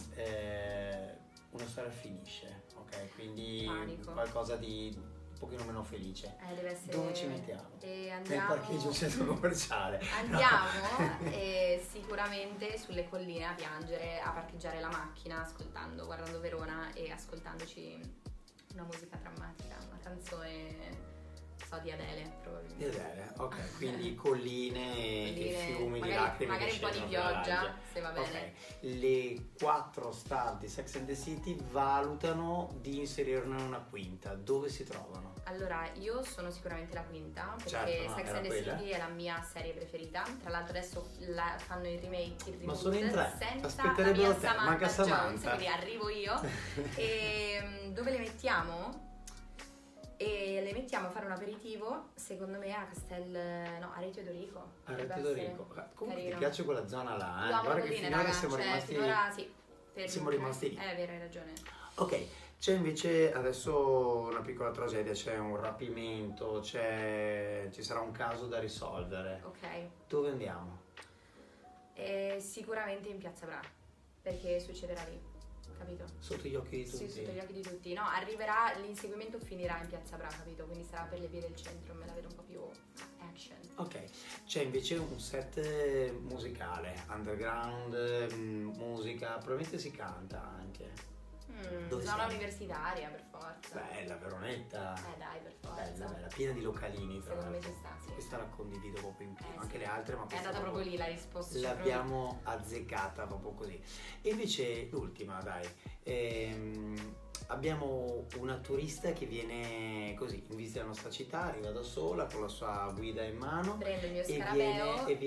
una storia finisce, ok? Quindi Panico. qualcosa di un pochino meno felice. Deve essere... Dove ci mettiamo? Andiamo... Nel parcheggio centro commerciale. Andiamo sicuramente sulle colline a piangere, a parcheggiare la macchina, guardando Verona e ascoltandoci una musica drammatica, una canzone, di Adele probabilmente. Di Adele, ok, quindi colline e fiumi di lacrime. Magari un po' di pioggia, se va bene. Okay. Le 4 star di Sex and the City valutano di inserirne una quinta. Dove si trovano? Allora, io sono sicuramente la quinta, perché certo, Sex and the City è la mia serie preferita. Tra l'altro adesso fanno il remake, ma sono in 3, senza la mia Samantha Jones, quindi arrivo io. E dove le mettiamo? E le mettiamo a fare un aperitivo, secondo me a Reggio Dorico. A Reggio Dorico. Comunque carino. Ti piace quella zona là? Io amo Guarda le che colline, finora raga, siamo rimasti... siamo rimasti lì. È vero, hai ragione. Ok, c'è invece adesso una piccola tragedia, c'è un rapimento, ci sarà un caso da risolvere. Ok. Dove andiamo? Sicuramente in Piazza Bra, perché succederà lì. Capito? Sotto gli occhi di tutti? Sì, sotto gli occhi di tutti. No, arriverà, l'inseguimento finirà in Piazza Bra, capito? Quindi sarà per le vie del centro, me la vedo un po' più action. Ok, c'è invece un set musicale, underground, musica, probabilmente si canta anche. Zona universitaria, per forza. Bella, Veronetta. Dai, per forza. Bella, piena di localini. Secondo me ci sta, sì. Questa la condivido proprio in pieno, Sì. anche le altre, ma è andata proprio lì la risposta. L'abbiamo azzeccata proprio così. E invece l'ultima, dai, abbiamo una turista che viene così in visita alla nostra città, arriva da sola con la sua guida in mano, prende il mio scarabeo e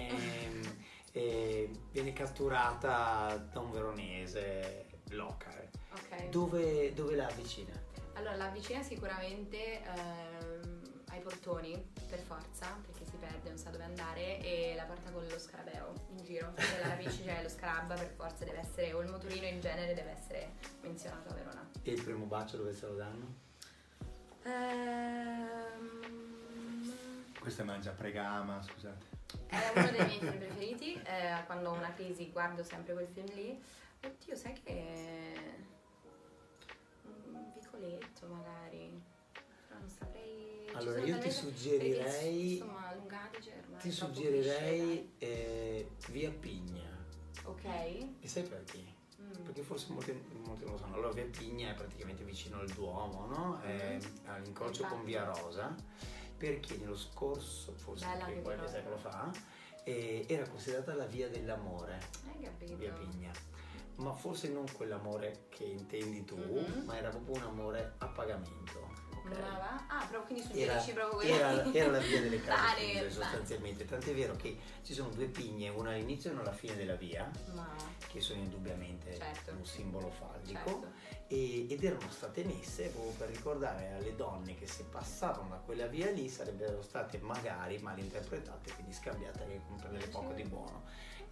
viene catturata da un veronese locale. Ok. Dove la avvicina? Allora, la avvicina sicuramente ai portoni, per forza, perché si perde, non sa dove andare, e la porta con lo scarabeo in giro. Se la rapisce, cioè lo scarabba per forza deve essere, o il motorino in genere deve essere menzionato a Verona. E il primo bacio dove se lo danno? Questo è Mangia Pregama, scusate. È uno dei miei film preferiti, quando ho una crisi guardo sempre quel film lì. Oddio, sai che... un vicoletto magari, però non saprei... Allora io ti suggerirei... Insomma, allungati, cioè, ormai Ti è troppo suggerirei cliché, Via Pigna. dai. Ok. E sai perché? Perché forse molti non lo sanno. Allora Via Pigna è praticamente vicino al Duomo, no? È all'incrocio con Via Rosa, perché nello scorso, forse Bella anche anche qualche Via secolo fa, era considerata la via dell'amore, Hai capito? Via Pigna. Ma forse non quell'amore che intendi tu, ma era proprio un amore a pagamento. Okay? Però quindi suggerisci proprio quello. Era la via delle case Bene, chiuse sostanzialmente, tant'è vero che ci sono due pigne, una all'inizio e una alla fine della via, che sono indubbiamente Certo. un simbolo fallico, Certo. ed erano state messe proprio per ricordare alle donne che se passavano da quella via lì sarebbero state magari malinterpretate, quindi scambiate con prendere poco di buono.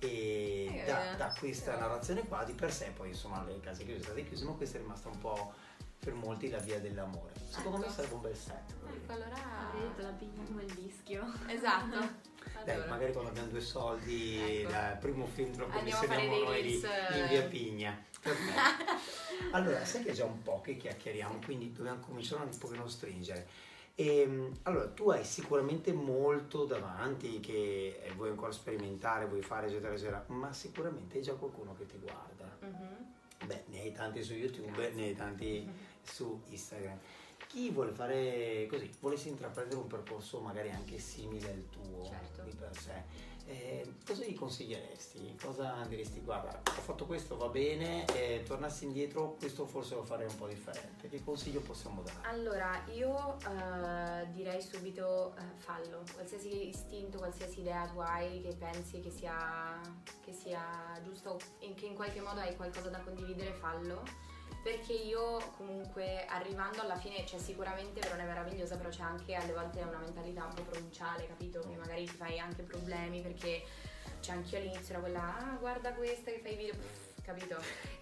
E da questa narrazione qua di per sé poi insomma le case chiuse sono state chiuse, ma questa è rimasta un po' per molti la via dell'amore. Secondo me sarebbe un bel set. Allora Avrei detto la pigna come il vischio. esatto. Dai, Allora. magari quando abbiamo due soldi, Ecco. dal primo film te lo Andiamo a fare commissioniamo dei noi lì reels, in Via Pigna. Perfetto. Allora, sai che è già un po' che chiacchieriamo, quindi dobbiamo cominciare un pochino a stringere. Allora, tu hai sicuramente molto davanti che vuoi ancora sperimentare, vuoi fare eccetera eccetera, ma sicuramente hai già qualcuno che ti guarda. Beh, ne hai tanti su YouTube, ne hai tanti su Instagram. Chi vuole fare così, volessi intraprendere un percorso magari anche simile al tuo, Certo. di per sé, cosa gli consiglieresti? Cosa diresti? Guarda, ho fatto questo, va bene, tornassi indietro, questo forse lo farei un po' differente. Che consiglio possiamo dare? Allora, io direi subito fallo. Qualsiasi istinto, qualsiasi idea tu hai che pensi che sia giusto e che in qualche modo hai qualcosa da condividere, fallo. Perché io comunque arrivando alla fine, cioè sicuramente Verona è meravigliosa, però c'è anche alle volte una mentalità un po' provinciale, capito? Che magari ti fai anche problemi perché c'è anch'io all'inizio era quella, guarda questa che fai video, capito?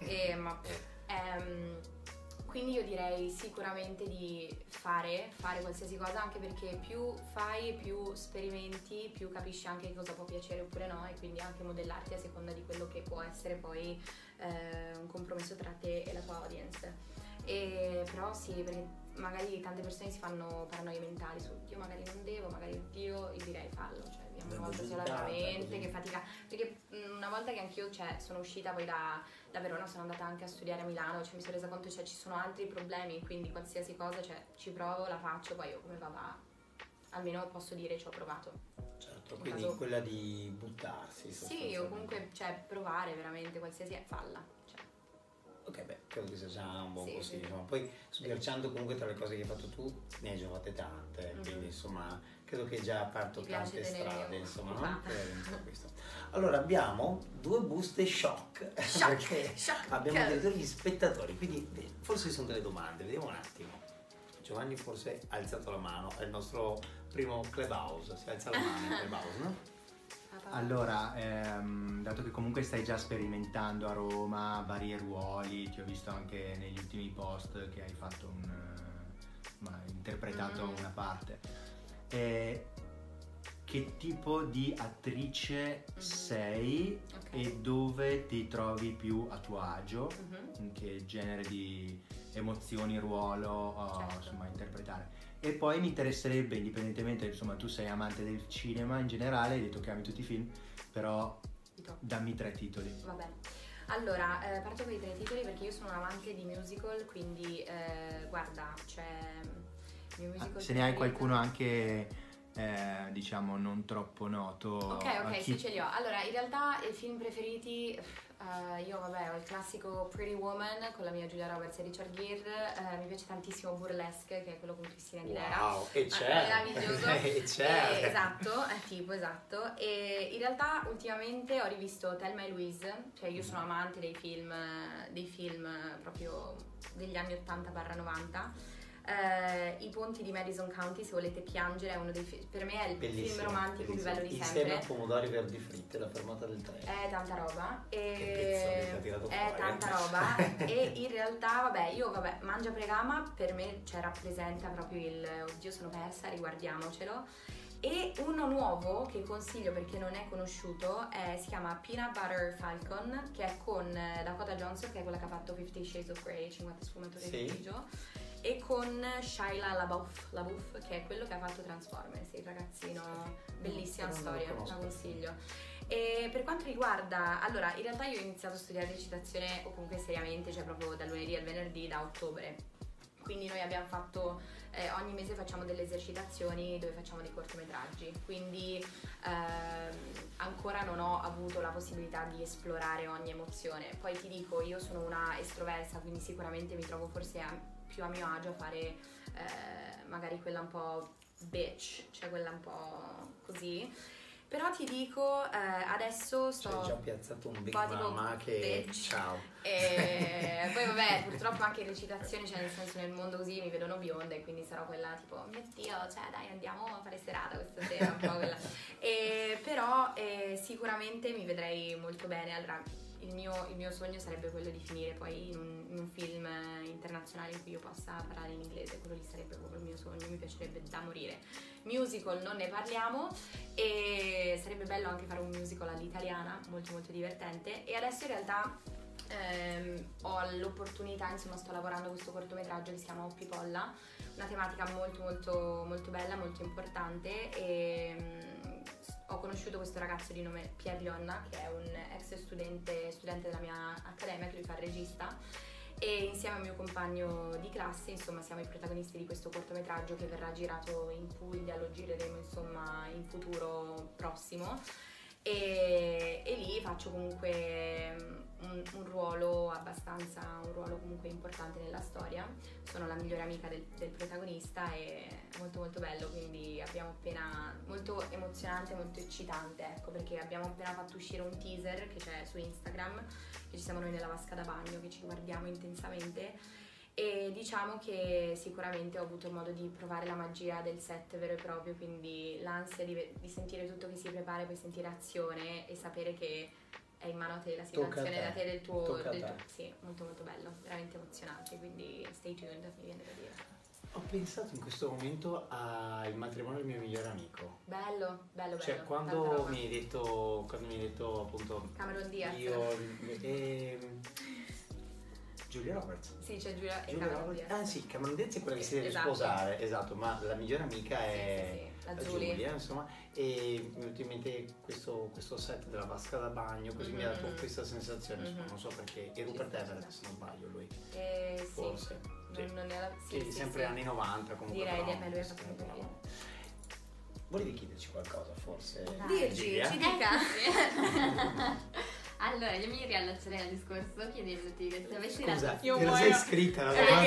Quindi io direi sicuramente di fare qualsiasi cosa, anche perché più fai e più sperimenti, più capisci anche cosa può piacere oppure no, e quindi anche modellarti a seconda di quello che può essere poi un compromesso tra te e la tua audience. Però sì, perché magari tante persone si fanno paranoie mentali su Dio magari non devo, magari Dio, io direi fallo, cioè una volta sola veramente, che fatica, perché una volta che anch'io sono uscita poi da Verona, sono andata anche a studiare a Milano, cioè mi sono resa conto, cioè ci sono altri problemi, quindi qualsiasi cosa, cioè ci provo, la faccio, poi io come va, almeno posso dire ci ho provato. Certo, quindi quella di buttarsi. Sì, o comunque cioè provare veramente qualsiasi falla. Cioè. Ok, beh, credo che sia già un buon consiglio. Sì. Poi sbirciando comunque tra le cose che hai fatto tu, ne hai già fatte tante, quindi insomma credo che hai già aperto tante strade, insomma, no? Per questo. Allora abbiamo due buste shock perché abbiamo addirittura gli spettatori, quindi forse sono delle domande, vediamo un attimo. Giovanni forse ha alzato la mano, è il nostro primo clubhouse, si alza la mano in clubhouse, no? Allora, dato che comunque stai già sperimentando a Roma vari ruoli, ti ho visto anche negli ultimi post che hai fatto interpretato una parte, che tipo di attrice sei e dove ti trovi più a tuo agio, in che genere di emozioni, ruolo, insomma, interpretare. E poi mi interesserebbe, indipendentemente, insomma, tu sei amante del cinema in generale, hai detto che ami tutti i film, però dammi 3 titoli. Va bene. Allora, parto con i 3 titoli perché io sono un amante di musical, quindi guarda, c'è il mio musical se ne hai qualcuno anche diciamo non troppo noto. Ok, sì, ce li ho. Allora, in realtà i film preferiti, io vabbè ho il classico Pretty Woman con la mia Julia Roberts e Richard Gere, mi piace tantissimo Burlesque, che è quello con Cristina Aguilera. Wow, e c'è! Meraviglioso. E c'è! Esatto, è tipo, esatto. E in realtà ultimamente ho rivisto Thelma e Louise, cioè io sono amante dei film proprio degli anni 80-90. I ponti di Madison County, se volete piangere, è uno dei per me è il film romantico più bello di sempre. Insieme a pomodori verdi fritti, la fermata del treno. È tanta roba. Che pezzo tirato fuori. È tanta roba. E in realtà, vabbè, Mangia Pregama per me rappresenta proprio il oddio, sono persa, riguardiamocelo. E uno nuovo che consiglio perché non è conosciuto si chiama Peanut Butter Falcon, che è con Dakota Johnson, che è quella che ha fatto 50 Shades of Grey, 50 sfumature di grigio, e con Shia LaBeouf, che è quello che ha fatto Transformers, il ragazzino, bellissima storia, la consiglio. E per quanto riguarda, allora in realtà io ho iniziato a studiare recitazione o comunque seriamente, cioè proprio dal lunedì al venerdì, da ottobre. Quindi noi abbiamo fatto, ogni mese facciamo delle esercitazioni dove facciamo dei cortometraggi, quindi ancora non ho avuto la possibilità di esplorare ogni emozione. Poi ti dico, io sono una estroversa, quindi sicuramente mi trovo forse più a mio agio a fare magari quella un po' bitch, cioè quella un po' così. Però ti dico, adesso sto... C'hai già piazzato un Big tipo Mama che... bitch. Ciao! E poi vabbè, purtroppo anche in recitazione, cioè nel senso nel mondo così mi vedono bionda e quindi sarò quella tipo, mio Dio, cioè dai andiamo a fare serata questa sera, un po' quella. Però sicuramente mi vedrei molto bene. Allora, il mio sogno sarebbe quello di finire poi in un film internazionale in cui io possa parlare in inglese, quello lì sarebbe proprio il mio sogno, mi piacerebbe da morire. Musical non ne parliamo e sarebbe bello anche fare un musical all'italiana, molto molto divertente. E adesso in realtà ho l'opportunità, insomma sto lavorando a questo cortometraggio che si chiama Oppi Polla, una tematica molto molto molto bella, molto importante e ho conosciuto questo ragazzo di nome Pierre Lionna, che è un ex studente della mia accademia, che lui fa il regista, e insieme al mio compagno di classe, insomma, siamo i protagonisti di questo cortometraggio che verrà girato in Puglia, lo gireremo insomma in futuro prossimo e lì faccio comunque un ruolo comunque importante nella storia. Sono la migliore amica del protagonista e è molto molto bello, quindi molto emozionante, molto eccitante, ecco, perché abbiamo appena fatto uscire un teaser che c'è su Instagram, che ci siamo noi nella vasca da bagno che ci guardiamo intensamente e diciamo che sicuramente ho avuto modo di provare la magia del set vero e proprio, quindi l'ansia di sentire tutto che si prepara e poi sentire azione e sapere che è in mano a te la situazione, da te del tuo sì, molto molto bello, veramente emozionante, quindi stay tuned, mi viene da dire. Ho pensato in questo momento al matrimonio del mio migliore amico. Bello. Cioè, quando mi hai detto appunto Cameron Diaz. Julia Roberts. Sì, c'è Julia e Cameron Diaz. Ah sì, Cameron Diaz è quella che si deve esatto. sposare, esatto, ma la migliore amica è la Giulia, insomma, e mi è venuto in mente questo set della vasca da bagno, così mi ha dato questa sensazione, non so perché, e Rupert Everett, se non sbaglio, lui. Forse. Sì. Non era, sì, sempre anni 90 comunque. Direi però, lui ha fatto molto bene. Volevi chiederci qualcosa, forse? Dirci, ci dica. Allora, io mi riallaccerei al discorso chiedendoti che se avessi Scusa, la... te la sei scritta la domanda?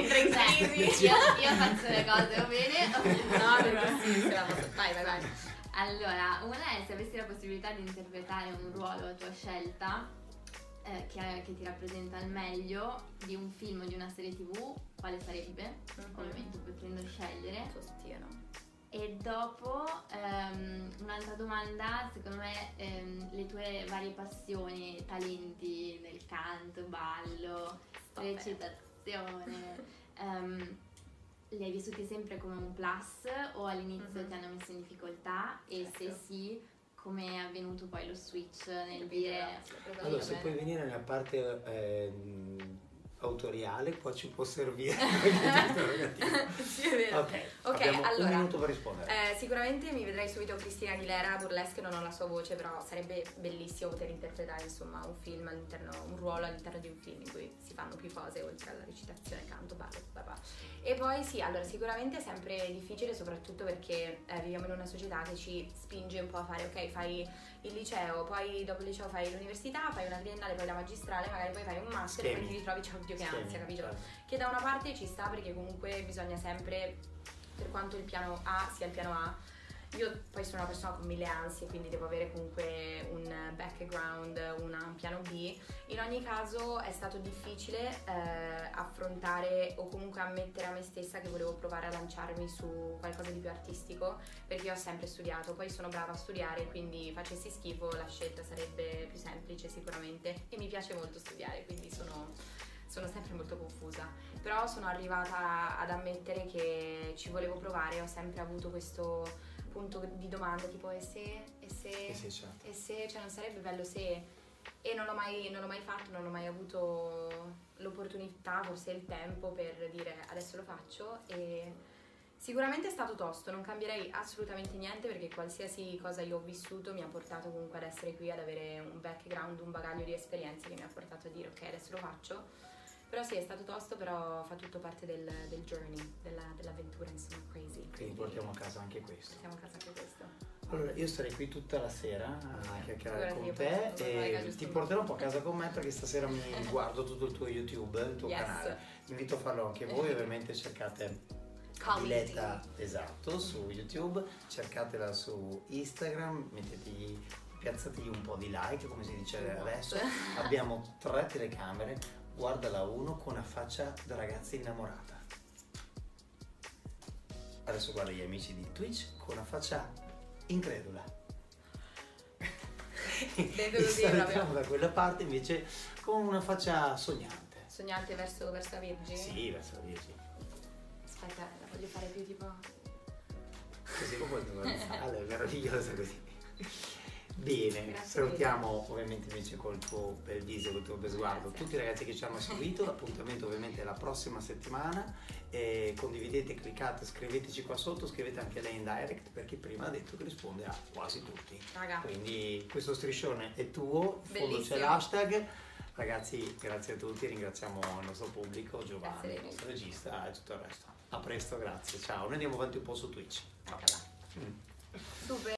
Io faccio le cose, va bene? No, sì, vai. Allora, una è se avessi la possibilità di interpretare un ruolo a tua scelta che ti rappresenta al meglio di un film o di una serie TV, quale sarebbe? Ovviamente potendo scegliere. Sostieno. E dopo un'altra domanda, secondo me le tue varie passioni, talenti nel canto, ballo, recitazione, li hai vissuti sempre come un plus o all'inizio ti hanno messo in difficoltà e se sì, come è avvenuto poi lo switch nel dire... Allora, se puoi venire nella parte autoriale, qua ci può servire. Sì, è vero. Ok, abbiamo allora, un minuto per rispondere. Sicuramente mi vedrei subito Cristina Aguilera, burlesque, non ho la sua voce, però sarebbe bellissimo poter interpretare insomma un film un ruolo all'interno di un film in cui si fanno più cose oltre alla recitazione, canto, ballo, papà. E poi sì, allora sicuramente è sempre difficile, soprattutto perché viviamo in una società che ci spinge un po' a fare, ok, fai il liceo, poi dopo il liceo fai l'università, fai una triennale, poi la magistrale, magari poi fai un master e poi ti ritrovi, ciao Dio che ansia, capito? Certo. Che da una parte ci sta perché comunque bisogna sempre, per quanto il piano A sia il piano A, io poi sono una persona con 1000 ansie, quindi devo avere comunque un background, un piano B. In ogni caso è stato difficile affrontare o comunque ammettere a me stessa che volevo provare a lanciarmi su qualcosa di più artistico, perché io ho sempre studiato, poi sono brava a studiare, quindi facessi schifo la scelta sarebbe più semplice sicuramente, e mi piace molto studiare, quindi sono sempre molto confusa, però sono arrivata ad ammettere che ci volevo provare, ho sempre avuto questo punto di domanda tipo e se, cioè non sarebbe bello se, e non l'ho mai fatto, non ho mai avuto l'opportunità, forse il tempo per dire adesso lo faccio, e sicuramente è stato tosto, non cambierei assolutamente niente perché qualsiasi cosa io ho vissuto mi ha portato comunque ad essere qui, ad avere un background, un bagaglio di esperienze che mi ha portato a dire ok adesso lo faccio. Però sì, è stato tosto, però fa tutto parte del journey, dell'avventura, insomma, crazy. Quindi portiamo a casa anche questo. Portiamo a casa anche questo. Allora, io starei qui tutta la sera a chiacchierare con io te posso e ti porterò un po' a casa con me perché stasera mi guardo tutto il tuo YouTube, il tuo Yes. canale. Vi invito a farlo anche voi, ovviamente cercate Diletta, esatto, su YouTube, cercatela su Instagram, piazzategli un po' di like, come si dice adesso. Abbiamo 3 telecamere. Guardala uno con una faccia da ragazza innamorata. Adesso guarda gli amici di Twitch con una faccia incredula. Dentro E così proprio. saltiamo da quella parte invece con una faccia sognante. Sognante verso la Virgine? Sì, verso la Virgine. Aspetta, la voglio fare più tipo... Così come è meravigliosa così. Bene, Grazie salutiamo ovviamente invece col tuo bel viso, col tuo bel sguardo tutti i ragazzi che ci hanno seguito. L'appuntamento ovviamente è la prossima settimana. Condividete, cliccate, scriveteci qua sotto, scrivete anche lei in direct perché prima ha detto che risponde a quasi tutti. Raga. Quindi questo striscione è tuo, in fondo c'è Bellissimo. l'hashtag. Ragazzi, grazie a tutti, ringraziamo il nostro pubblico, Giovanni, Grazie il a voi. nostro regista e tutto il resto. A presto, grazie, ciao. Noi andiamo avanti un po' su Twitch. Super.